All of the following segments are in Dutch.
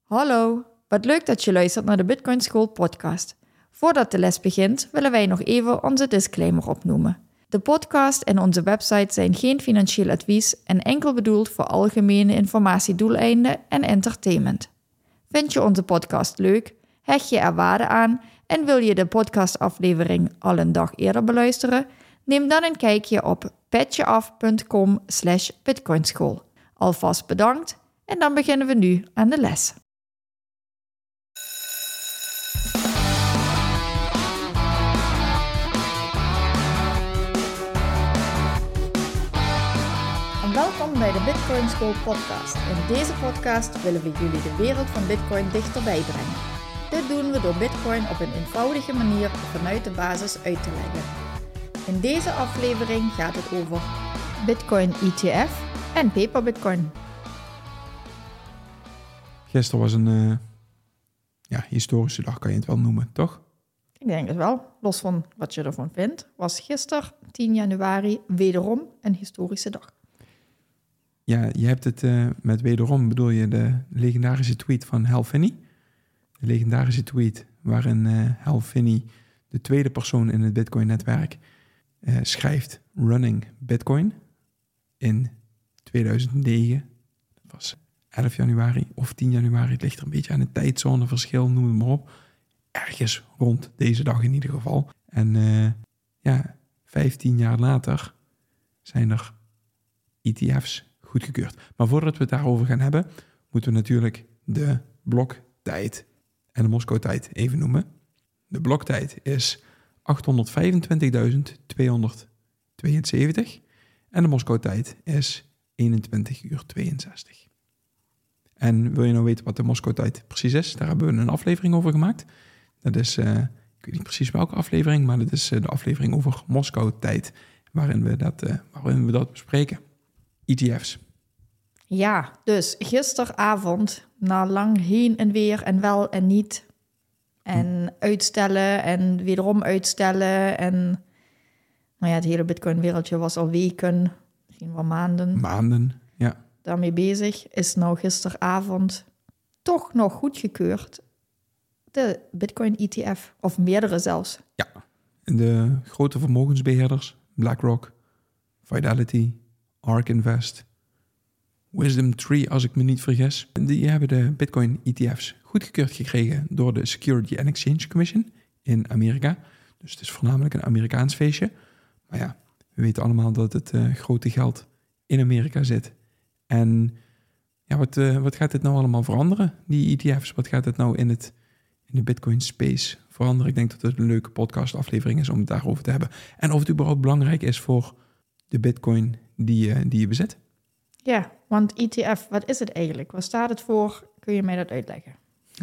Hallo, wat leuk dat je luistert naar de Bitcoin School podcast. Voordat de les begint, willen wij nog even onze disclaimer opnoemen. De podcast en onze website zijn geen financieel advies en enkel bedoeld voor algemene informatiedoeleinden en entertainment. Vind je onze podcast leuk? Hecht je er waarde aan en wil je de podcastaflevering al een dag eerder beluisteren? Neem dan een kijkje op petjeaf.com/bitcoinschool. Alvast bedankt en dan beginnen we nu aan de les. Welkom bij de Bitcoin School podcast. In deze podcast willen we jullie de wereld van Bitcoin dichterbij brengen. Dit doen we door Bitcoin op een eenvoudige manier vanuit de basis uit te leggen. In deze aflevering gaat het over Bitcoin ETF en Paper Bitcoin. Gisteren was een historische dag, kan je het wel noemen, toch? Ik denk het wel. Los van wat je ervan vindt, was gisteren, 10 januari, wederom een historische dag. Ja, je hebt het met wederom, bedoel je de legendarische tweet van Hal Finney. De legendarische tweet waarin Hal Finney, de tweede persoon in het Bitcoin-netwerk, schrijft Running Bitcoin in 2009. Dat was 11 januari of 10 januari. Het ligt er een beetje aan het tijdzoneverschil, noem het maar op. Ergens rond deze dag in ieder geval. En 15 jaar later zijn er ETF's goedgekeurd. Maar voordat we het daarover gaan hebben, moeten we natuurlijk de bloktijd en de Moskou-tijd even noemen. De bloktijd is 825.272 en de Moskou-tijd is 21:62. En wil je nou weten wat de Moskou-tijd precies is? Daar hebben we een aflevering over gemaakt. Dat is, ik weet niet precies welke aflevering, maar dat is de aflevering over Moskou-tijd, waarin we dat bespreken. ETF's. Ja, dus gisteravond, na lang heen en weer en wel en niet. En uitstellen en wederom uitstellen. En het hele Bitcoin-wereldje was al weken, misschien wel maanden. Maanden, ja. Daarmee bezig, is nou gisteravond toch nog goedgekeurd. De Bitcoin ETF, of meerdere zelfs. Ja, de grote vermogensbeheerders, BlackRock, Fidelity, ARK Invest, Wisdom Tree, als ik me niet vergis. Die hebben de Bitcoin ETF's goedgekeurd gekregen door de Security and Exchange Commission in Amerika. Dus het is voornamelijk een Amerikaans feestje. Maar ja, we weten allemaal dat het grote geld in Amerika zit. En ja, wat gaat dit nou allemaal veranderen, die ETF's? Wat gaat het nou in de Bitcoin space veranderen? Ik denk dat het een leuke podcastaflevering is om het daarover te hebben. En of het überhaupt belangrijk is voor de Bitcoin die je bezit. Ja, want ETF, wat is het eigenlijk? Waar staat het voor? Kun je mij dat uitleggen?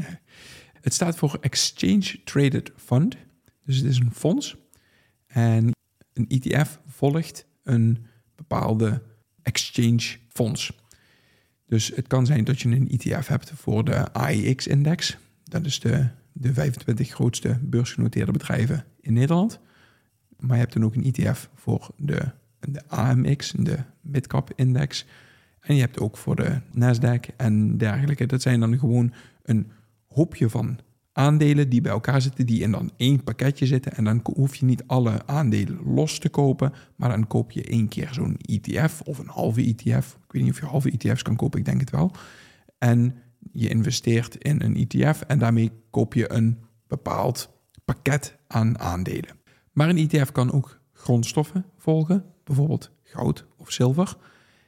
Het staat voor Exchange Traded Fund. Dus het is een fonds. En een ETF volgt een bepaalde exchange fonds. Dus het kan zijn dat je een ETF hebt voor de AEX-index. Dat is de 25 grootste beursgenoteerde bedrijven in Nederland. Maar je hebt dan ook een ETF voor de AMX, de Midcap Index. En je hebt ook voor de Nasdaq en dergelijke. Dat zijn dan gewoon een hoopje van aandelen die bij elkaar zitten, die in dan één pakketje zitten. En dan hoef je niet alle aandelen los te kopen, maar dan koop je 1 keer zo'n ETF of een halve ETF. Ik weet niet of je halve ETF's kan kopen, ik denk het wel. En je investeert in een ETF en daarmee koop je een bepaald pakket aan aandelen. Maar een ETF kan ook grondstoffen volgen, bijvoorbeeld goud of zilver.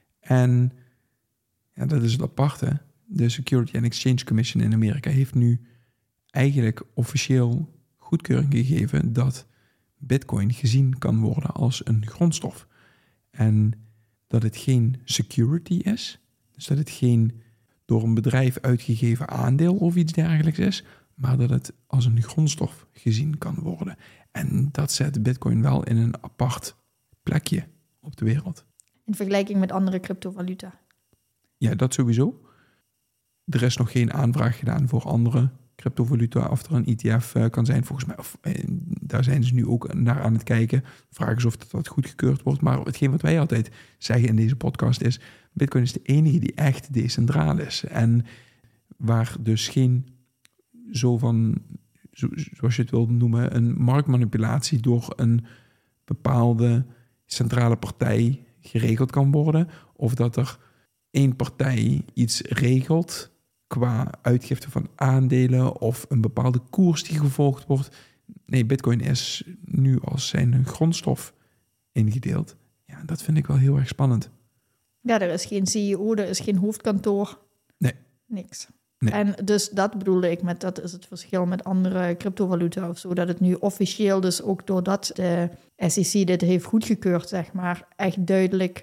En ja, dat is het aparte. De Security and Exchange Commission in Amerika heeft nu eigenlijk officieel goedkeuring gegeven dat Bitcoin gezien kan worden als een grondstof. En dat het geen security is, dus dat het geen door een bedrijf uitgegeven aandeel of iets dergelijks is, maar dat het als een grondstof gezien kan worden. En dat zet Bitcoin wel in een apart plekje op de wereld. In vergelijking met andere cryptovaluta. Ja, dat sowieso. Er is nog geen aanvraag gedaan voor andere cryptovaluta of er een ETF kan zijn. Volgens mij, daar zijn ze nu ook naar aan het kijken. De vraag is of dat goedgekeurd wordt. Maar hetgeen wat wij altijd zeggen in deze podcast is, Bitcoin is de enige die echt decentraal is. En waar dus geen zoals je het wilde noemen, een marktmanipulatie door een bepaalde centrale partij geregeld kan worden. Of dat er één partij iets regelt qua uitgifte van aandelen of een bepaalde koers die gevolgd wordt. Nee, Bitcoin is nu als zijn grondstof ingedeeld. Ja, dat vind ik wel heel erg spannend. Ja, er is geen CEO, er is geen hoofdkantoor. Nee. Niks. Nee. En dus dat bedoelde ik met, dat is het verschil met andere cryptovaluta of zo, dat het nu officieel dus ook doordat de SEC dit heeft goedgekeurd, zeg maar, echt duidelijk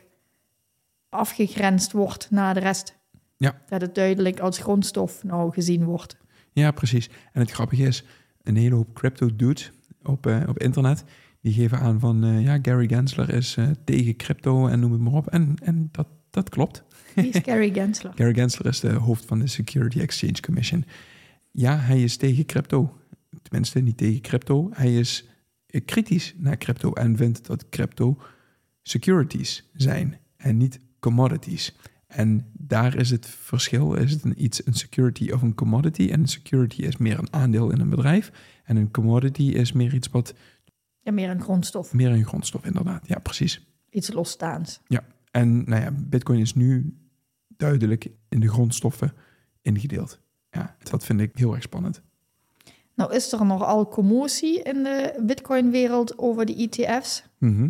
afgegrensd wordt naar de rest. Ja. Dat het duidelijk als grondstof nou gezien wordt. Ja, precies. En het grappige is, een hele hoop crypto dudes op internet, die geven aan van, Gary Gensler is tegen crypto en noem het maar op. En dat klopt. Wie is Gary Gensler? Gary Gensler is de hoofd van de Security Exchange Commission. Ja, hij is tegen crypto. Tenminste, niet tegen crypto. Hij is kritisch naar crypto en vindt dat crypto securities zijn en niet commodities. En daar is het verschil. Is het een security of een commodity? En een security is meer een aandeel in een bedrijf. En een commodity is meer iets wat... Ja, meer een grondstof. Meer een grondstof, inderdaad. Ja, precies. Iets losstaans. Ja, en nou ja, Bitcoin is nu duidelijk in de grondstoffen ingedeeld. Ja, dat vind ik heel erg spannend. Nou, is er nogal commotie in de Bitcoin-wereld over de ETF's? Mm-hmm.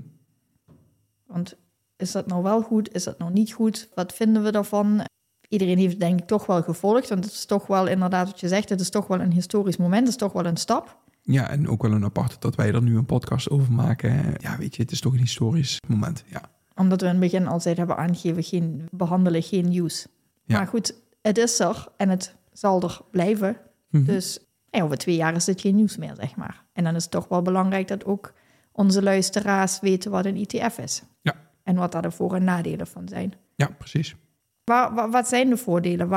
Want is dat nou wel goed? Is dat nou niet goed? Wat vinden we daarvan? Iedereen heeft het denk ik toch wel gevolgd, want het is toch wel inderdaad wat je zegt, het is toch wel een historisch moment, het is toch wel een stap. Ja, en ook wel een apart dat wij er nu een podcast over maken. Ja, weet je, het is toch een historisch moment, ja. Omdat we in het begin altijd hebben aangegeven, behandelen geen nieuws. Ja. Maar goed, het is er en het zal er blijven. Mm-hmm. Dus over 2 jaar is dit geen nieuws meer, zeg maar. En dan is het toch wel belangrijk dat ook onze luisteraars weten wat een ETF is. Ja. En wat daar de voor- en nadelen van zijn. Ja, precies. Wat zijn de voordelen?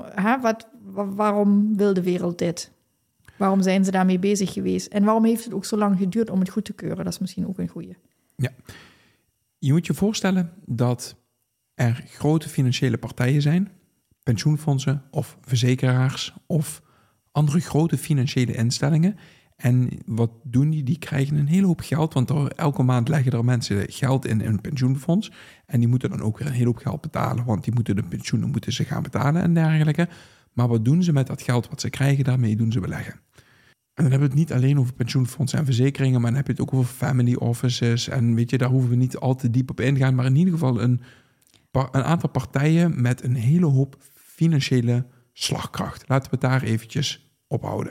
Waarom wil de wereld dit? Waarom zijn ze daarmee bezig geweest? En waarom heeft het ook zo lang geduurd om het goed te keuren? Dat is misschien ook een goeie. Ja. Je moet je voorstellen dat er grote financiële partijen zijn, pensioenfondsen of verzekeraars of andere grote financiële instellingen. En wat doen die? Die krijgen een hele hoop geld, want elke maand leggen er mensen geld in een pensioenfonds. En die moeten dan ook weer een hele hoop geld betalen, want die moeten de pensioenen moeten ze gaan betalen en dergelijke. Maar wat doen ze met dat geld wat ze krijgen? Daarmee doen ze beleggen. En dan hebben we het niet alleen over pensioenfondsen en verzekeringen, maar dan heb je het ook over family offices. En weet je, daar hoeven we niet al te diep op ingaan. Maar in ieder geval een aantal partijen met een hele hoop financiële slagkracht. Laten we het daar eventjes op houden.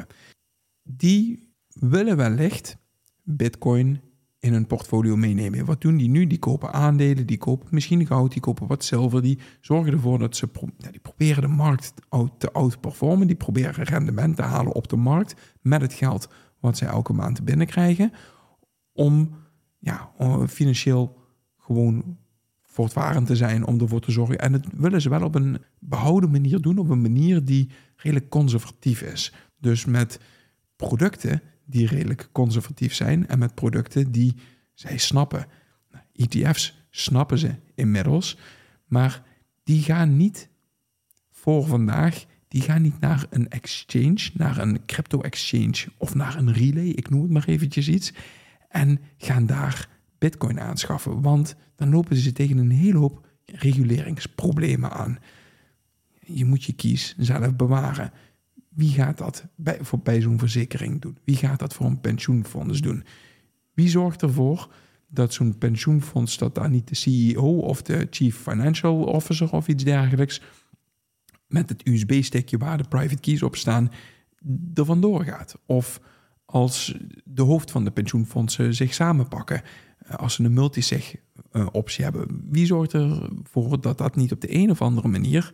Die willen wellicht Bitcoin in hun portfolio meenemen. Wat doen die nu? Die kopen aandelen, die kopen misschien goud, die kopen wat zilver. Die zorgen ervoor dat ze die proberen de markt te outperformen. Die proberen rendement te halen op de markt met het geld wat zij elke maand binnenkrijgen. Om financieel gewoon voortvarend te zijn, om ervoor te zorgen. En dat willen ze wel op een behouden manier doen, op een manier die redelijk conservatief is. Dus met producten die redelijk conservatief zijn en met producten die zij snappen. ETF's snappen ze inmiddels, maar die gaan niet voor vandaag, die gaan niet naar een exchange, naar een crypto-exchange of naar een relay, ik noem het maar eventjes iets, en gaan daar Bitcoin aanschaffen, want dan lopen ze tegen een hele hoop reguleringsproblemen aan. Je moet je kies zelf bewaren. Wie gaat dat bij zo'n verzekering doen? Wie gaat dat voor een pensioenfonds doen? Wie zorgt ervoor dat zo'n pensioenfonds, dat daar niet de CEO of de Chief Financial Officer of iets dergelijks met het USB-stickje waar de private keys op staan er vandoor gaat? Of als de hoofd van de pensioenfondsen zich samenpakken, als ze een multisig optie hebben, wie zorgt ervoor dat dat niet op de een of andere manier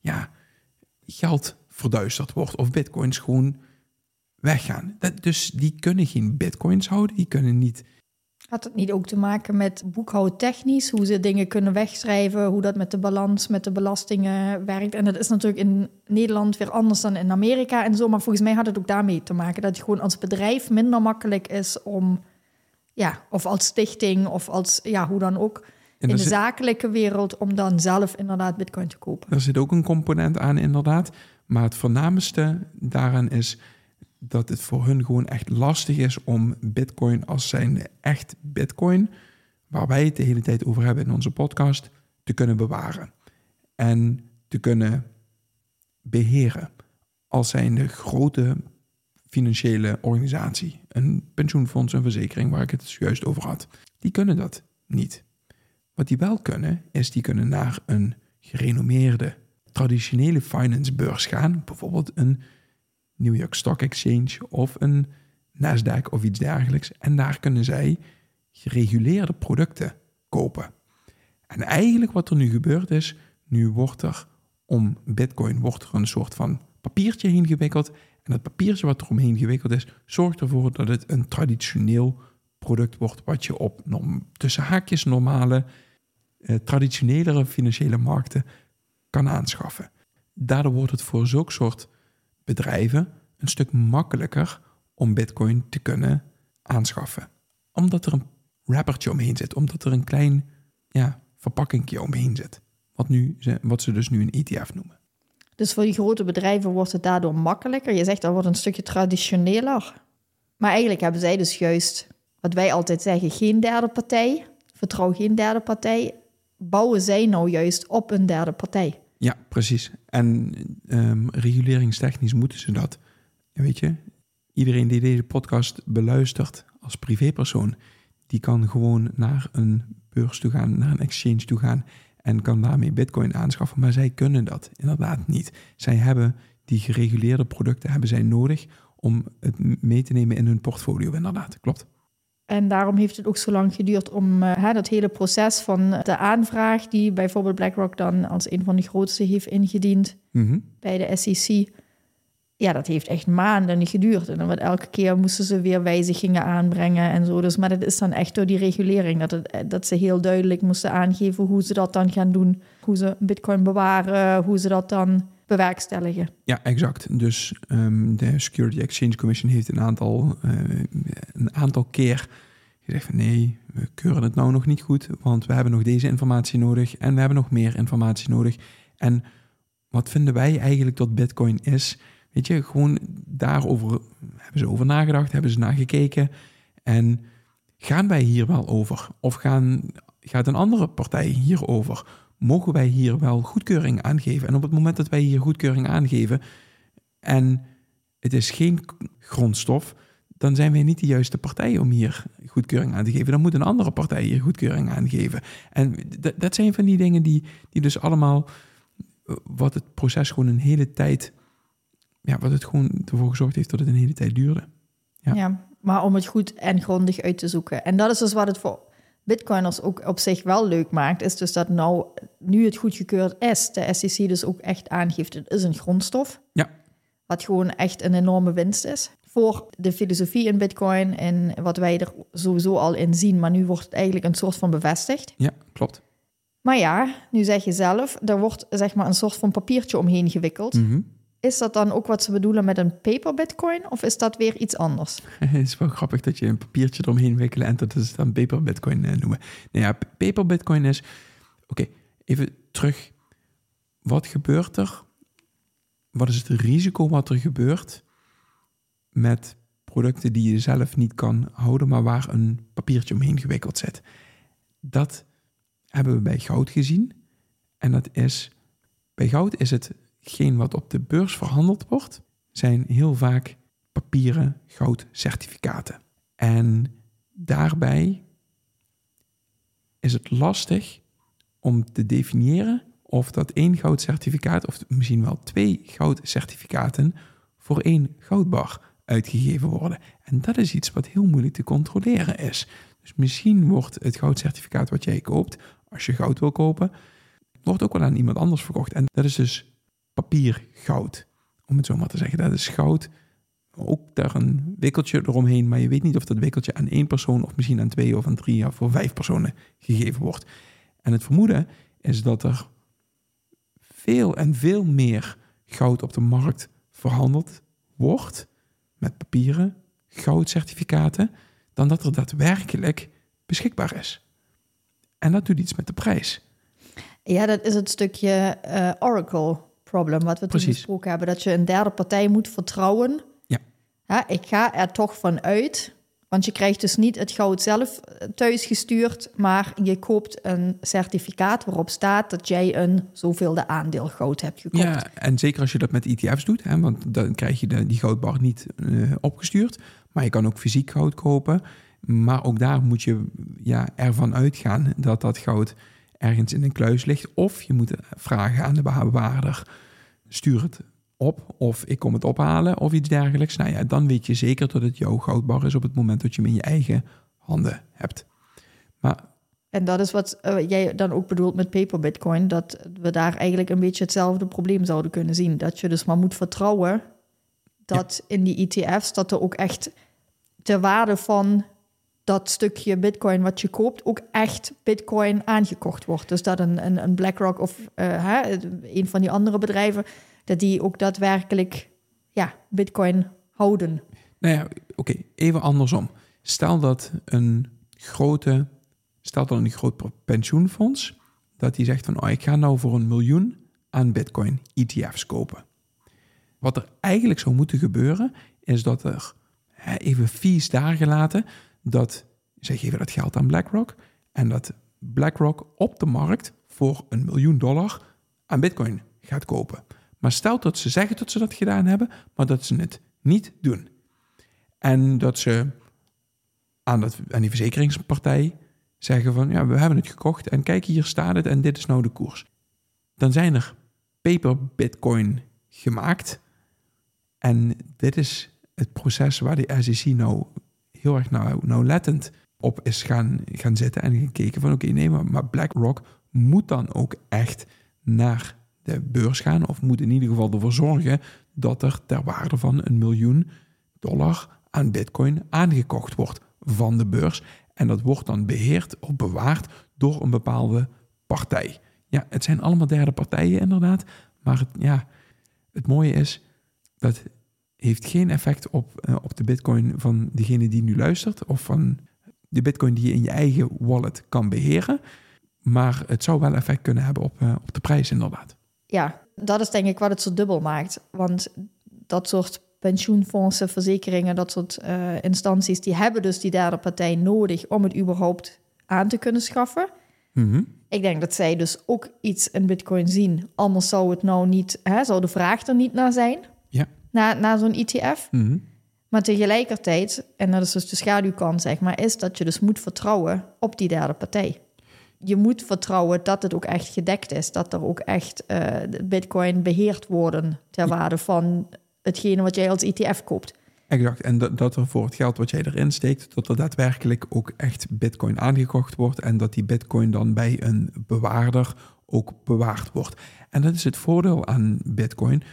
geld verduisterd wordt of bitcoins gewoon weggaan? Dus die kunnen geen bitcoins houden, die kunnen niet. Had het niet ook te maken met boekhoudtechnisch, hoe ze dingen kunnen wegschrijven, hoe dat met de balans, met de belastingen werkt? En dat is natuurlijk in Nederland weer anders dan in Amerika en zo, maar volgens mij had het ook daarmee te maken dat je gewoon als bedrijf minder makkelijk is om, of als stichting of als, hoe dan ook, in de zakelijke wereld om dan zelf inderdaad bitcoin te kopen. Er zit ook een component aan inderdaad, Maar het voornaamste daaraan is dat het voor hun gewoon echt lastig is om Bitcoin als zijn echt Bitcoin, waar wij het de hele tijd over hebben in onze podcast, te kunnen bewaren. En te kunnen beheren als zijnde grote financiële organisatie. Een pensioenfonds, een verzekering waar ik het juist over had. Die kunnen dat niet. Wat die wel kunnen, is die kunnen naar een gerenommeerde traditionele finance beurs gaan. Bijvoorbeeld een New York Stock Exchange of een Nasdaq of iets dergelijks. En daar kunnen zij gereguleerde producten kopen. En eigenlijk wat er nu gebeurd is, nu wordt er om Bitcoin een soort van papiertje heen gewikkeld. En dat papiertje wat er omheen gewikkeld is, zorgt ervoor dat het een traditioneel product wordt wat je op tussen haakjes normale, traditionelere financiële markten kan aanschaffen. Daardoor wordt het voor zulke soort bedrijven een stuk makkelijker om Bitcoin te kunnen aanschaffen. Omdat er een wrappertje omheen zit, omdat er een klein verpakkingje omheen zit. Wat ze dus nu een ETF noemen. Dus voor die grote bedrijven wordt het daardoor makkelijker. Je zegt dat wordt een stukje traditioneler. Maar eigenlijk hebben zij dus juist, wat wij altijd zeggen, geen derde partij. Vertrouw geen derde partij. Bouwen zij nou juist op een derde partij? Ja, precies. En reguleringstechnisch moeten ze dat. Weet je, iedereen die deze podcast beluistert als privépersoon, die kan gewoon naar een beurs toe gaan, naar een exchange toe gaan en kan daarmee Bitcoin aanschaffen. Maar zij kunnen dat inderdaad niet. Zij hebben die gereguleerde producten hebben zij nodig om het mee te nemen in hun portfolio, inderdaad. Klopt. En daarom heeft het ook zo lang geduurd om dat hele proces van de aanvraag die bijvoorbeeld BlackRock dan als een van de grootste heeft ingediend bij de SEC. Ja, dat heeft echt maanden geduurd. En dan elke keer moesten ze weer wijzigingen aanbrengen en zo. Dus, maar dat is dan echt door die regulering. Dat ze heel duidelijk moesten aangeven hoe ze dat dan gaan doen. Hoe ze Bitcoin bewaren, hoe ze dat dan bewerkstelligen. Ja, exact. Dus de Security Exchange Commission heeft een aantal keer gezegd van nee, we keuren het nou nog niet goed, want we hebben nog deze informatie nodig en we hebben nog meer informatie nodig. En wat vinden wij eigenlijk dat Bitcoin is? Weet je, gewoon daarover hebben ze over nagedacht, hebben ze naar gekeken. En gaan wij hier wel over? Of gaat een andere partij hierover? Mogen wij hier wel goedkeuring aangeven? En op het moment dat wij hier goedkeuring aangeven en het is geen grondstof, dan zijn wij niet de juiste partij om hier goedkeuring aan te geven. Dan moet een andere partij hier goedkeuring aangeven. En dat zijn van die dingen die dus allemaal, wat het proces gewoon een hele tijd, wat het gewoon ervoor gezorgd heeft dat het een hele tijd duurde. Ja, maar om het goed en grondig uit te zoeken. En dat is dus wat het voor Bitcoiners ook op zich wel leuk maakt, is dus dat nu het goedgekeurd is, de SEC dus ook echt aangeeft, het is een grondstof. Ja. Wat gewoon echt een enorme winst is voor de filosofie in Bitcoin en wat wij er sowieso al in zien. Maar nu wordt het eigenlijk een soort van bevestigd. Ja, klopt. Maar ja, nu zeg je zelf, er wordt zeg maar een soort van papiertje omheen gewikkeld. Is dat dan ook wat ze bedoelen met een paper Bitcoin of is dat weer iets anders? Het is wel grappig dat je een papiertje eromheen wikkelen en dat ze dan paper Bitcoin noemen. Nou ja, paper Bitcoin is, oké, even terug. Wat gebeurt er? Wat is het risico wat er gebeurt met producten die je zelf niet kan houden, maar waar een papiertje omheen gewikkeld zit? Dat hebben we bij goud gezien. En dat is, bij goud is hetgeen wat op de beurs verhandeld wordt, zijn heel vaak papieren goudcertificaten. En daarbij is het lastig om te definiëren of dat 1 goudcertificaat, of misschien wel 2 goudcertificaten voor 1 goudbar uitgegeven worden. En dat is iets wat heel moeilijk te controleren is. Dus misschien wordt het goudcertificaat wat jij koopt, als je goud wil kopen, wordt ook wel aan iemand anders verkocht. En dat is dus papiergoud, om het zo maar te zeggen. Dat is goud, ook daar een wikkeltje eromheen, maar je weet niet of dat wikkeltje aan 1 persoon of misschien aan 2 of aan 3 of voor 5 personen gegeven wordt. En het vermoeden is dat er veel en veel meer goud op de markt verhandeld wordt met papieren goudcertificaten dan dat er daadwerkelijk beschikbaar is. En dat doet iets met de prijs. Ja, dat is het stukje Oracle problem, wat we toen besproken hebben. Dat je een derde partij moet vertrouwen. Ja, ik ga er toch van uit. Want je krijgt dus niet het goud zelf thuis gestuurd, maar je koopt een certificaat waarop staat dat jij een zoveelde aandeel goud hebt gekocht. Ja, en zeker als je dat met ETF's doet, hè, want dan krijg je die goudbar niet opgestuurd. Maar je kan ook fysiek goud kopen. Maar ook daar moet je ervan uitgaan dat dat goud ergens in een kluis ligt. Of je moet vragen aan de bewaarder, stuur het op of ik kom het ophalen of iets dergelijks. Nou ja, dan weet je zeker dat het jouw goudbar is op het moment dat je hem in je eigen handen hebt. En dat is wat jij dan ook bedoelt met paper bitcoin, dat we daar eigenlijk een beetje hetzelfde probleem zouden kunnen zien. Dat je dus maar moet vertrouwen dat in die ETF's, dat er ook echt ter waarde van dat stukje bitcoin wat je koopt, ook echt bitcoin aangekocht wordt. Dus dat een BlackRock of een van die andere bedrijven, dat die ook daadwerkelijk bitcoin houden. Nou ja, oké, even andersom. Stel dat een groot pensioenfonds, dat die zegt van, ik ga nou voor 1 miljoen aan bitcoin ETF's kopen. Wat er eigenlijk zou moeten gebeuren, is dat er, even fees daar gelaten, dat zij geven dat geld aan BlackRock en dat BlackRock op de markt voor $1 miljoen aan bitcoin gaat kopen. Maar stel dat ze zeggen dat ze dat gedaan hebben, maar dat ze het niet doen. En dat ze aan die verzekeringspartij zeggen van, we hebben het gekocht en kijk, hier staat het en dit is nou de koers. Dan zijn er paper bitcoin gemaakt en dit is het proces waar de SEC nou heel erg nauwlettend op is gaan zitten en gekeken van maar BlackRock moet dan ook echt naar de beurs gaan of moet in ieder geval ervoor zorgen dat er ter waarde van $1 miljoen aan bitcoin aangekocht wordt van de beurs. En dat wordt dan beheerd of bewaard door een bepaalde partij. Ja, het zijn allemaal derde partijen inderdaad, maar het mooie is, dat heeft geen effect op de bitcoin van degene die nu luistert of van de bitcoin die je in je eigen wallet kan beheren. Maar het zou wel effect kunnen hebben op de prijs inderdaad. Ja, dat is denk ik wat het zo dubbel maakt. Want dat soort pensioenfondsen, verzekeringen, dat soort instanties, die hebben dus die derde partij nodig om het überhaupt aan te kunnen schaffen. Mm-hmm. Ik denk dat zij dus ook iets in bitcoin zien. Anders zou het nou niet, zou de vraag er niet naar zijn. Ja. Naar zo'n ETF. Mm-hmm. Maar tegelijkertijd, en dat is dus de schaduwkant, zeg maar, is dat je dus moet vertrouwen op die derde partij. Je moet vertrouwen dat het ook echt gedekt is. Dat er ook echt bitcoin beheerd worden ter waarde van hetgene wat jij als ETF koopt. Exact. En dat er voor het geld wat jij erin steekt, dat er daadwerkelijk ook echt bitcoin aangekocht wordt en dat die bitcoin dan bij een bewaarder ook bewaard wordt. En dat is het voordeel aan bitcoin.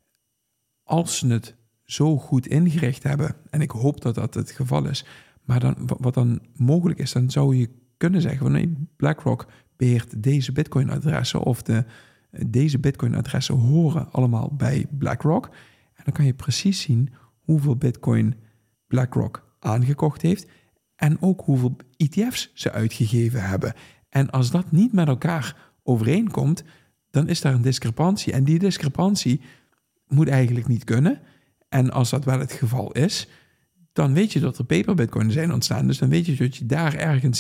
Als ze het zo goed ingericht hebben, en ik hoop dat dat het geval is, maar dan, wat dan mogelijk is, dan zou je kunnen zeggen van nee, BlackRock beheert deze bitcoin-adressen of deze bitcoin-adressen horen allemaal bij BlackRock. En dan kan je precies zien hoeveel bitcoin BlackRock aangekocht heeft en ook hoeveel ETF's ze uitgegeven hebben. En als dat niet met elkaar overeenkomt, dan is daar een discrepantie. En die discrepantie moet eigenlijk niet kunnen. En als dat wel het geval is, dan weet je dat er paper bitcoin zijn ontstaan. Dus dan weet je dat je daar ergens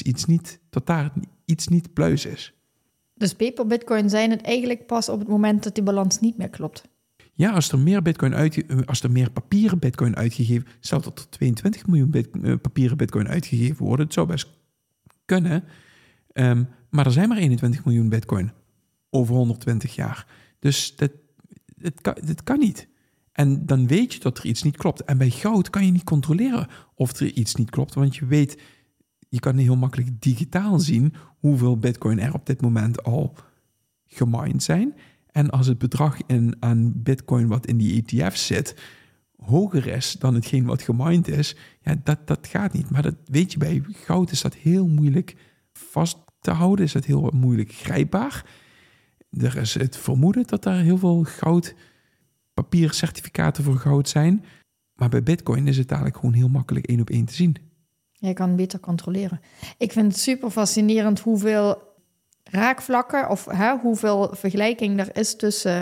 iets niet pluis is. Dus paper bitcoin zijn het eigenlijk pas op het moment dat die balans niet meer klopt. Ja, als er meer papieren bitcoin uitgegeven, stel dat er 22 miljoen papieren bitcoin uitgegeven worden, het zou best kunnen. Maar er zijn maar 21 miljoen bitcoin over 120 jaar. Dus dit kan niet. En dan weet je dat er iets niet klopt. En bij goud kan je niet controleren of er iets niet klopt. Want je kan heel makkelijk digitaal zien hoeveel bitcoin er op dit moment al gemined zijn. En als het bedrag aan bitcoin wat in die ETF zit hoger is dan hetgeen wat gemined is, ja, dat gaat niet. Maar dat weet je, bij goud is dat heel moeilijk vast te houden. Is dat heel moeilijk grijpbaar. Er is het vermoeden dat er heel veel papiercertificaten voor goud zijn. Maar bij bitcoin is het eigenlijk gewoon heel makkelijk 1 op 1 te zien. Je kan het beter controleren. Ik vind het super fascinerend hoeveel raakvlakken of hoeveel vergelijking er is tussen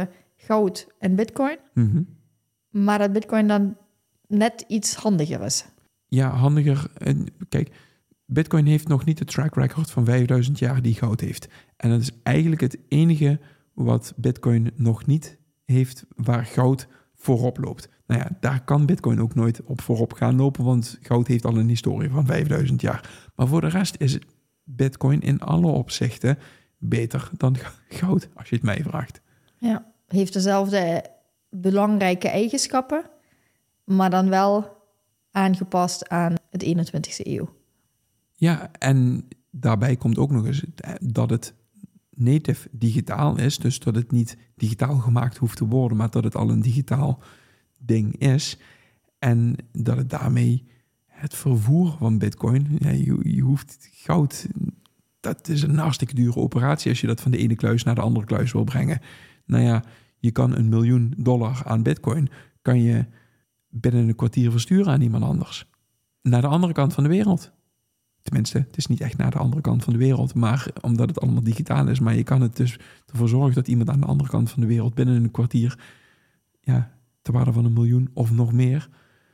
goud en bitcoin. Mhm. Maar dat bitcoin dan net iets handiger is. Ja, handiger. Kijk, bitcoin heeft nog niet de track record van 5000 jaar die goud heeft. En dat is eigenlijk het enige wat bitcoin nog niet heeft waar goud voorop loopt. Nou ja, daar kan bitcoin ook nooit op voorop gaan lopen, want goud heeft al een historie van 5000 jaar. Maar voor de rest is bitcoin in alle opzichten beter dan goud, als je het mij vraagt. Ja, heeft dezelfde belangrijke eigenschappen, maar dan wel aangepast aan het 21e eeuw. Ja, en daarbij komt ook nog eens dat het native digitaal is, dus dat het niet digitaal gemaakt hoeft te worden, maar dat het al een digitaal ding is. En dat het daarmee het vervoer van bitcoin, ja, je hoeft goud, dat is een hartstikke dure operatie als je dat van de ene kluis naar de andere kluis wil brengen. Nou ja, je kan $1 miljoen aan bitcoin, kan je binnen een kwartier versturen aan iemand anders. Naar de andere kant van de wereld. Tenminste, het is niet echt naar de andere kant van de wereld, maar omdat het allemaal digitaal is. Maar je kan het dus ervoor zorgen dat iemand aan de andere kant van de wereld binnen een kwartier, ja, ter waarde van $1 miljoen of nog meer,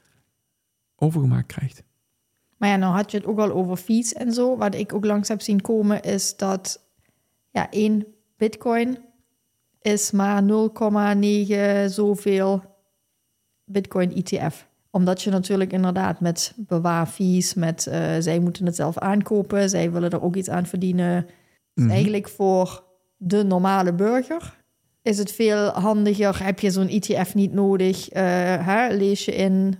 overgemaakt krijgt. Maar ja, nou had je het ook al over fees en zo. Wat ik ook langs heb zien komen is dat 1 bitcoin is maar 0,9 zoveel bitcoin ETF. Omdat je natuurlijk inderdaad met bewaarfees, met zij moeten het zelf aankopen, zij willen er ook iets aan verdienen. Dus eigenlijk voor de normale burger is het veel handiger. Heb je zo'n ETF niet nodig, lees je in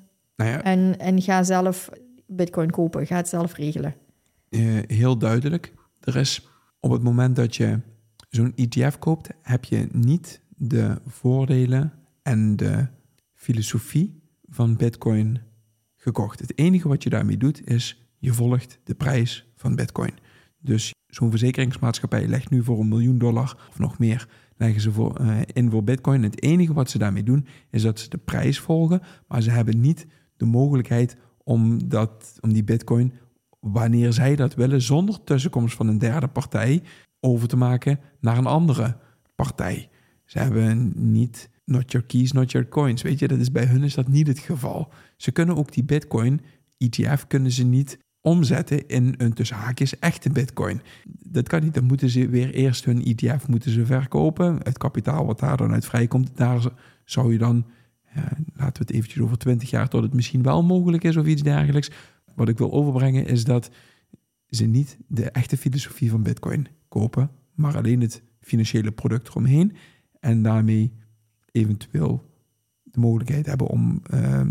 en ga zelf bitcoin kopen. Ga het zelf regelen. Heel duidelijk. Er is op het moment dat je zo'n ETF koopt, heb je niet de voordelen en de filosofie van bitcoin gekocht. Het enige wat je daarmee doet is, je volgt de prijs van bitcoin. Dus zo'n verzekeringsmaatschappij legt nu voor $1 miljoen of nog meer, leggen ze in voor bitcoin. Het enige wat ze daarmee doen, is dat ze de prijs volgen, maar ze hebben niet de mogelijkheid om die bitcoin, wanneer zij dat willen, zonder tussenkomst van een derde partij, over te maken naar een andere partij. Ze hebben niet not your keys, not your coins. Weet je, bij hun is dat niet het geval. Ze kunnen ook die bitcoin ETF kunnen ze niet omzetten in een tussen haakjes echte bitcoin. Dat kan niet. Dan moeten ze weer eerst hun ETF verkopen. Het kapitaal wat daar dan uit vrijkomt, daar zou je dan, laten we het eventjes over 20 jaar tot het misschien wel mogelijk is of iets dergelijks. Wat ik wil overbrengen is dat ze niet de echte filosofie van bitcoin kopen, maar alleen het financiële product eromheen en daarmee eventueel de mogelijkheid hebben om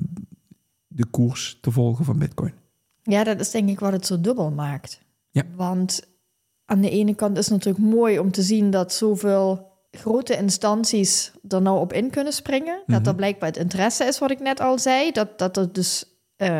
de koers te volgen van bitcoin. Ja, dat is denk ik wat het zo dubbel maakt. Ja. Want aan de ene kant is het natuurlijk mooi om te zien dat zoveel grote instanties er nou op in kunnen springen. Dat er blijkbaar het interesse is, wat ik net al zei. Dat er dus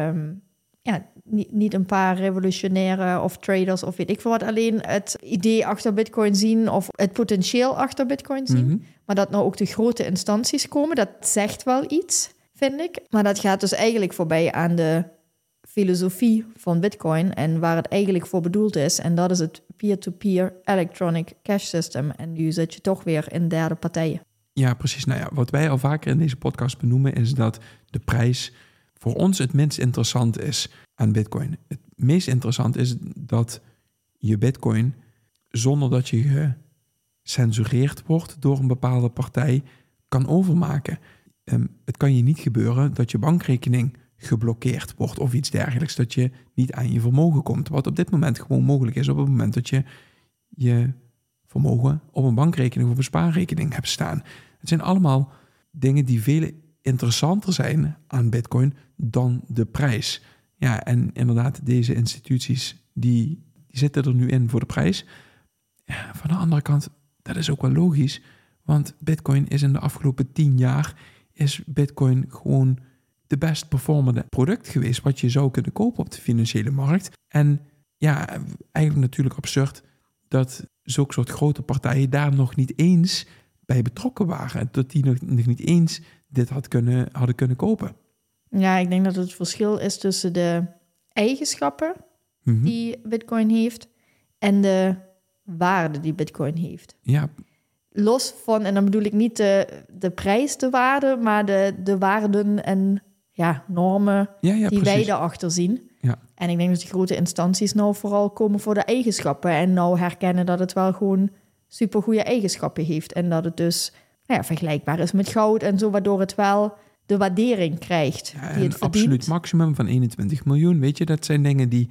niet een paar revolutionaire of traders of weet ik veel wat alleen het idee achter bitcoin zien of het potentieel achter bitcoin zien. Maar dat nou ook de grote instanties komen, dat zegt wel iets, vind ik. Maar dat gaat dus eigenlijk voorbij aan de filosofie van bitcoin en waar het eigenlijk voor bedoeld is. En dat is het peer-to-peer electronic cash system. En nu zit je toch weer in derde partijen. Ja, precies. Nou ja, wat wij al vaker in deze podcast benoemen is dat de prijs voor ons het minst interessant is aan bitcoin. Het meest interessant is dat je bitcoin, zonder dat je gecensureerd wordt door een bepaalde partij, kan overmaken. Het kan je niet gebeuren dat je bankrekening geblokkeerd wordt of iets dergelijks, dat je niet aan je vermogen komt. Wat op dit moment gewoon mogelijk is op het moment dat je je vermogen op een bankrekening of een spaarrekening hebt staan. Het zijn allemaal dingen die veel interessanter zijn aan bitcoin dan de prijs. Ja, en inderdaad, deze instituties die zitten er nu in voor de prijs. Ja, van de andere kant, dat is ook wel logisch, want bitcoin is in de afgelopen 10 jaar is bitcoin gewoon de best performende product geweest wat je zou kunnen kopen op de financiële markt. En ja, eigenlijk natuurlijk absurd dat zulke soort grote partijen daar nog niet eens bij betrokken waren. Dat die nog niet eens dit hadden kunnen kopen. Ja, ik denk dat het verschil is tussen de eigenschappen die bitcoin heeft en de waarde die bitcoin heeft. Ja. los van, en dan bedoel ik niet de prijs, de waarde, maar de waarden en normen die wij daarachter zien. Ja. En ik denk dat die grote instanties nou vooral komen voor de eigenschappen en nou herkennen dat het wel gewoon supergoeie eigenschappen heeft en dat het dus vergelijkbaar is met goud en zo, waardoor het wel de waardering krijgt die het verdient. Een absoluut maximum van 21 miljoen. Weet je, dat zijn dingen die,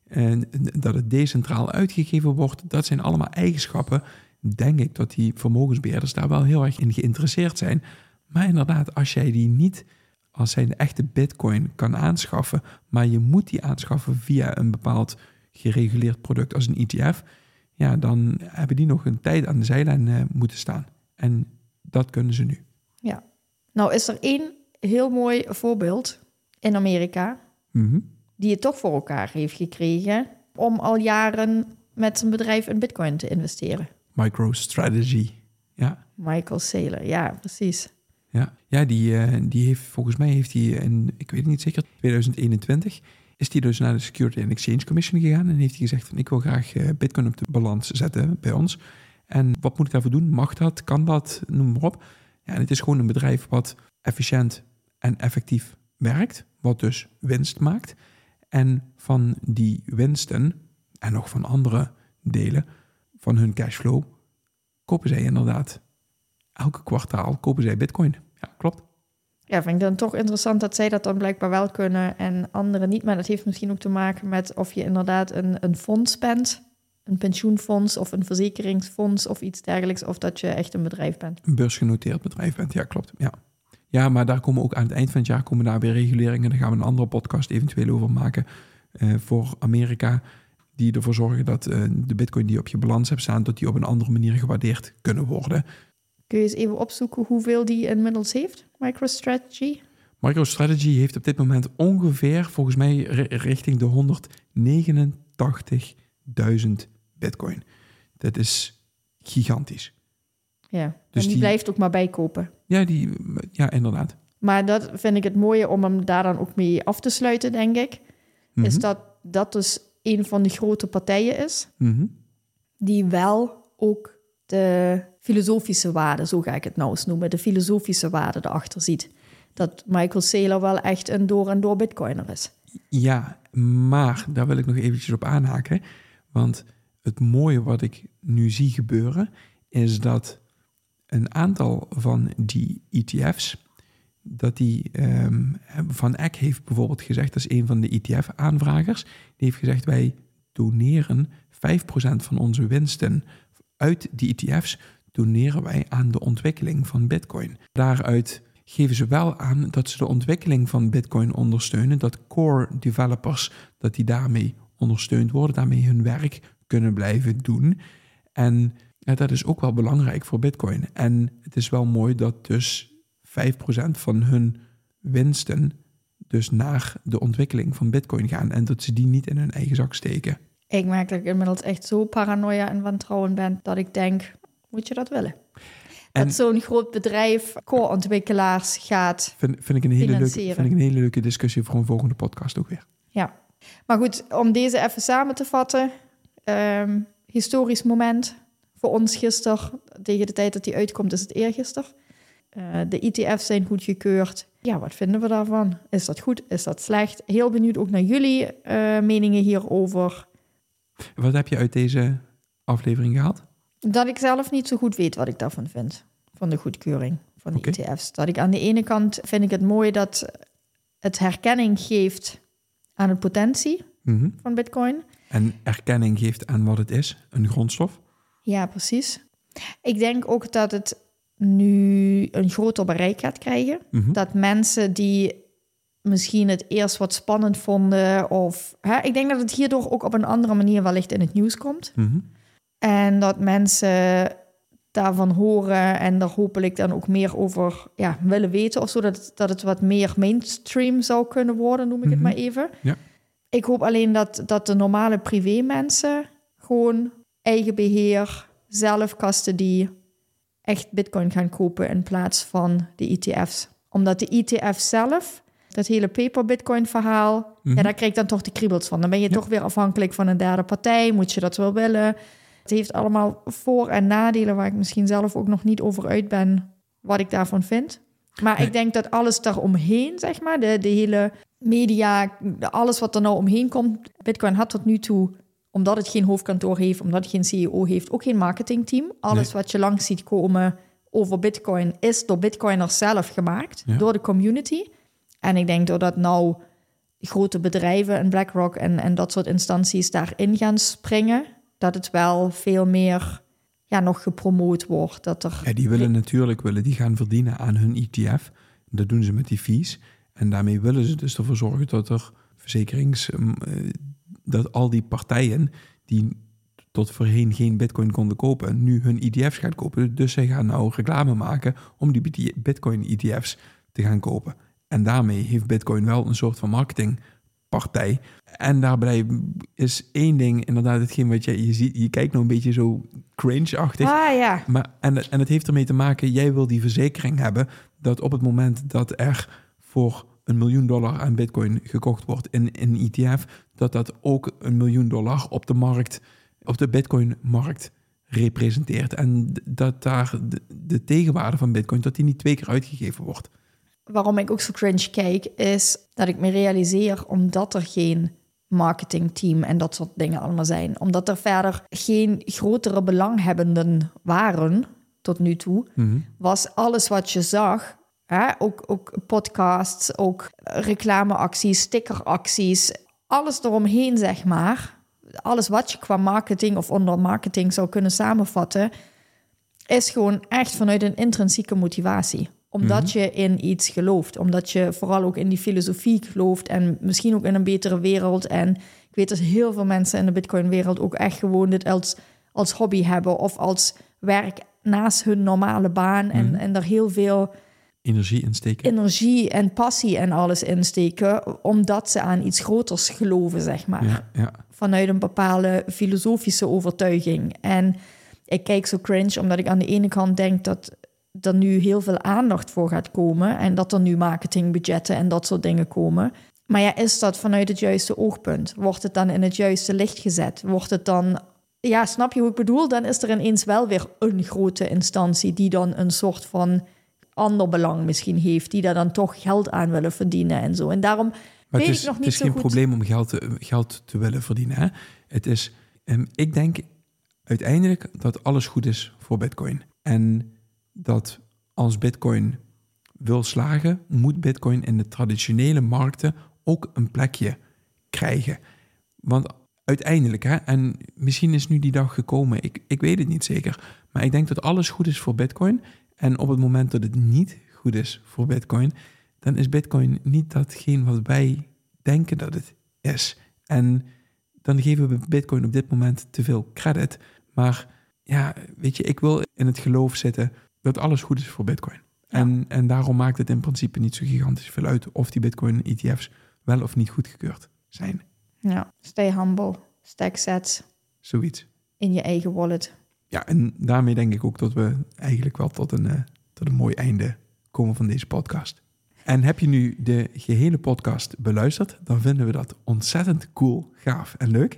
dat het decentraal uitgegeven wordt, dat zijn allemaal eigenschappen, denk ik, dat die vermogensbeheerders daar wel heel erg in geïnteresseerd zijn. Maar inderdaad, als jij die niet als zij de echte bitcoin kan aanschaffen, maar je moet die aanschaffen via een bepaald gereguleerd product als een ETF, dan hebben die nog een tijd aan de zijlijn moeten staan. En dat kunnen ze nu. Ja. Nou is er één heel mooi voorbeeld in Amerika, die het toch voor elkaar heeft gekregen om al jaren met zijn bedrijf in bitcoin te investeren. MicroStrategy, ja. Michael Saylor, ja, precies. Ja, die heeft, volgens mij heeft hij in, ik weet het niet zeker, 2021... is hij dus naar de Security and Exchange Commission gegaan en heeft hij gezegd van ik wil graag bitcoin op de balans zetten bij ons. En wat moet ik daarvoor doen? Mag dat? Kan dat? Noem maar op. Ja, en het is gewoon een bedrijf wat efficiënt en effectief werkt, wat dus winst maakt. En van die winsten en nog van andere delen van hun cashflow kopen zij inderdaad elke kwartaal kopen zij bitcoin. Ja, klopt. Ja, vind ik dan toch interessant dat zij dat dan blijkbaar wel kunnen en anderen niet. Maar dat heeft misschien ook te maken met of je inderdaad een fonds bent. Een pensioenfonds of een verzekeringsfonds of iets dergelijks. Of dat je echt een bedrijf bent. Een beursgenoteerd bedrijf bent, ja, klopt. Ja, maar daar komen ook aan het eind van het jaar komen daar weer reguleringen. Daar gaan we een andere podcast eventueel over maken voor Amerika. Die ervoor zorgen dat de bitcoin die je op je balans hebt staan, dat die op een andere manier gewaardeerd kunnen worden. Kun je eens even opzoeken hoeveel die inmiddels heeft, MicroStrategy? MicroStrategy heeft op dit moment ongeveer, volgens mij, richting de 189.000 bitcoin. Dat is gigantisch. Ja, dus en die blijft ook maar bijkopen. Ja, inderdaad. Maar dat vind ik het mooie om hem daar dan ook mee af te sluiten, denk ik. Mm-hmm. Is dat dus een van de grote partijen is, die wel ook de filosofische waarde, zo ga ik het nou eens noemen, de filosofische waarde erachter ziet. Dat Michael Saylor wel echt een door en door bitcoiner is. Ja, maar daar wil ik nog eventjes op aanhaken. Want het mooie wat ik nu zie gebeuren, is dat een aantal van die ETF's, dat die Van Eck heeft bijvoorbeeld gezegd, dat is een van de ETF-aanvragers, die heeft gezegd, wij doneren 5% van onze winsten uit die ETF's, doneren wij aan de ontwikkeling van bitcoin. Daaruit geven ze wel aan dat ze de ontwikkeling van bitcoin ondersteunen, dat core developers, dat die daarmee ondersteund worden, daarmee hun werk kunnen blijven doen. En dat is ook wel belangrijk voor bitcoin. En het is wel mooi dat dus 5% van hun winsten dus naar de ontwikkeling van bitcoin gaan en dat ze die niet in hun eigen zak steken. Ik merk dat ik inmiddels echt zo paranoia en wantrouwen ben dat ik denk, moet je dat willen? Dat zo'n groot bedrijf core-ontwikkelaars gaat vind ik een hele leuke discussie voor een volgende podcast ook weer. Ja, maar goed, om deze even samen te vatten. Historisch moment voor ons gisteren. Tegen de tijd dat die uitkomt is het eergisteren. De ETF's zijn goedgekeurd. Ja, wat vinden we daarvan? Is dat goed? Is dat slecht? Heel benieuwd ook naar jullie meningen hierover. Wat heb je uit deze aflevering gehaald? Dat ik zelf niet zo goed weet wat ik daarvan vind. Van de goedkeuring van de ETF's. Dat ik aan de ene kant vind ik het mooi dat het herkenning geeft aan de potentie van bitcoin. En erkenning geeft aan wat het is, een grondstof. Ja, precies. Ik denk ook dat het nu een groter bereik gaat krijgen. Dat mensen die misschien het eerst wat spannend vonden of ik denk dat het hierdoor ook op een andere manier wellicht in het nieuws komt. En dat mensen daarvan horen en daar hopelijk dan ook meer over willen weten of zo, dat het wat meer mainstream zou kunnen worden, noem ik het maar even. Ja. Ik hoop alleen dat de normale privé mensen gewoon eigen beheer, zelf custody, echt bitcoin gaan kopen in plaats van de ETF's. Omdat de ETF zelf, dat hele paper bitcoin verhaal, daar krijg ik dan toch de kriebels van. Dan ben je toch weer afhankelijk van een derde partij, moet je dat wel willen. Het heeft allemaal voor- en nadelen waar ik misschien zelf ook nog niet over uit ben wat ik daarvan vind. Maar ik denk dat alles daaromheen, zeg maar, de hele media, alles wat er nou omheen komt. Bitcoin had tot nu toe, omdat het geen hoofdkantoor heeft, omdat het geen CEO heeft, ook geen marketingteam. Alles wat je langs ziet komen over Bitcoin is door Bitcoiners zelf gemaakt, door de community. En ik denk doordat nou grote bedrijven en BlackRock en dat soort instanties daarin gaan springen, dat het wel veel meer nog gepromoot wordt. Dat er... Ja, die willen gaan verdienen aan hun ETF. Dat doen ze met die fees. En daarmee willen ze dus ervoor zorgen dat er dat al die partijen die tot voorheen geen Bitcoin konden kopen, nu hun ETF's gaan kopen. Dus zij gaan nou reclame maken om die Bitcoin ETF's te gaan kopen. En daarmee heeft Bitcoin wel een soort van marketingpartij. En daarbij is één ding inderdaad hetgeen wat je ziet. Je kijkt nou een beetje zo cringe-achtig. Maar, en het heeft ermee te maken, jij wil die verzekering hebben dat op het moment dat er voor $1 miljoen aan Bitcoin gekocht wordt in een ETF, dat ook $1 miljoen op de markt, op de Bitcoin-markt representeert. En dat daar de tegenwaarde van Bitcoin, dat die niet 2 keer uitgegeven wordt. Waarom ik ook zo cringe kijk, is dat ik me realiseer, omdat er geen marketingteam en dat soort dingen allemaal zijn, omdat er verder geen grotere belanghebbenden waren tot nu toe, was alles wat je zag, ook podcasts, ook reclameacties, stickeracties, alles eromheen, zeg maar. Alles wat je qua marketing of onder marketing zou kunnen samenvatten, is gewoon echt vanuit een intrinsieke motivatie. Omdat je in iets gelooft. Omdat je vooral ook in die filosofie gelooft. En misschien ook in een betere wereld. En ik weet dat heel veel mensen in de Bitcoin-wereld ook echt gewoon dit als hobby hebben. Of als werk naast hun normale baan. En daar heel veel energie in steken. Energie en passie en alles insteken. Omdat ze aan iets groters geloven, zeg maar. Ja. Vanuit een bepaalde filosofische overtuiging. En ik kijk zo cringe, omdat ik aan de ene kant denk dat er nu heel veel aandacht voor gaat komen en dat er nu marketingbudgetten en dat soort dingen komen. Maar ja, is dat vanuit het juiste oogpunt? Wordt het dan in het juiste licht gezet? Wordt het dan... Ja, snap je hoe ik bedoel? Dan is er ineens wel weer een grote instantie die dan een soort van ander belang misschien heeft, die daar dan toch geld aan willen verdienen en zo. En daarom maar weet ik nog niet zo goed... Het is geen probleem om geld te willen verdienen. Hè? Het is... ik denk uiteindelijk dat alles goed is voor Bitcoin. En dat als Bitcoin wil slagen, moet Bitcoin in de traditionele markten ook een plekje krijgen. Want uiteindelijk, en misschien is nu die dag gekomen, ik weet het niet zeker, maar ik denk dat alles goed is voor Bitcoin. En op het moment dat het niet goed is voor Bitcoin, dan is Bitcoin niet datgene wat wij denken dat het is. En dan geven we Bitcoin op dit moment te veel credit. Maar ja, weet je, ik wil in het geloof zitten dat alles goed is voor Bitcoin. Ja. En daarom maakt het in principe niet zo gigantisch veel uit of die Bitcoin-ETF's wel of niet goedgekeurd zijn. Ja, stay humble, stack sats. Zoiets. In je eigen wallet. Ja, en daarmee denk ik ook dat we eigenlijk wel tot een mooi einde komen van deze podcast. En heb je nu de gehele podcast beluisterd, dan vinden we dat ontzettend cool, gaaf en leuk.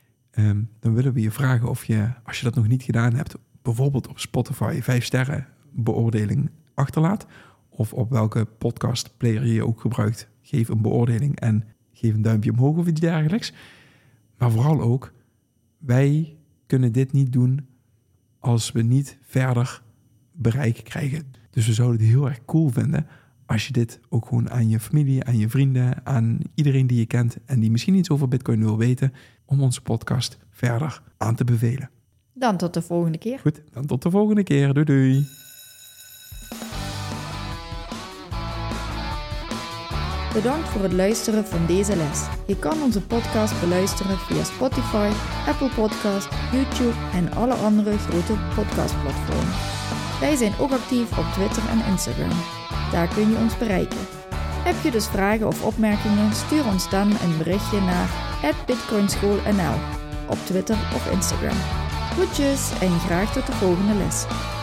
Dan willen we je vragen of je, als je dat nog niet gedaan hebt, bijvoorbeeld op Spotify 5 sterren beoordeling achterlaat. Of op welke podcastplayer je ook gebruikt. Geef een beoordeling en geef een duimpje omhoog of iets dergelijks. Maar vooral ook, wij kunnen dit niet doen als we niet verder bereik krijgen. Dus we zouden het heel erg cool vinden als je dit ook gewoon aan je familie, aan je vrienden, aan iedereen die je kent en die misschien iets over Bitcoin wil weten, om onze podcast verder aan te bevelen. Dan tot de volgende keer. Goed, dan tot de volgende keer. Doei doei. Bedankt voor het luisteren van deze les. Je kan onze podcast beluisteren via Spotify, Apple Podcast, YouTube en alle andere grote podcastplatformen. Wij zijn ook actief op Twitter en Instagram. Daar kun je ons bereiken. Heb je dus vragen of opmerkingen? Stuur ons dan een berichtje naar @bitcoinschoolnl op Twitter of Instagram. Groetjes en graag tot de volgende les.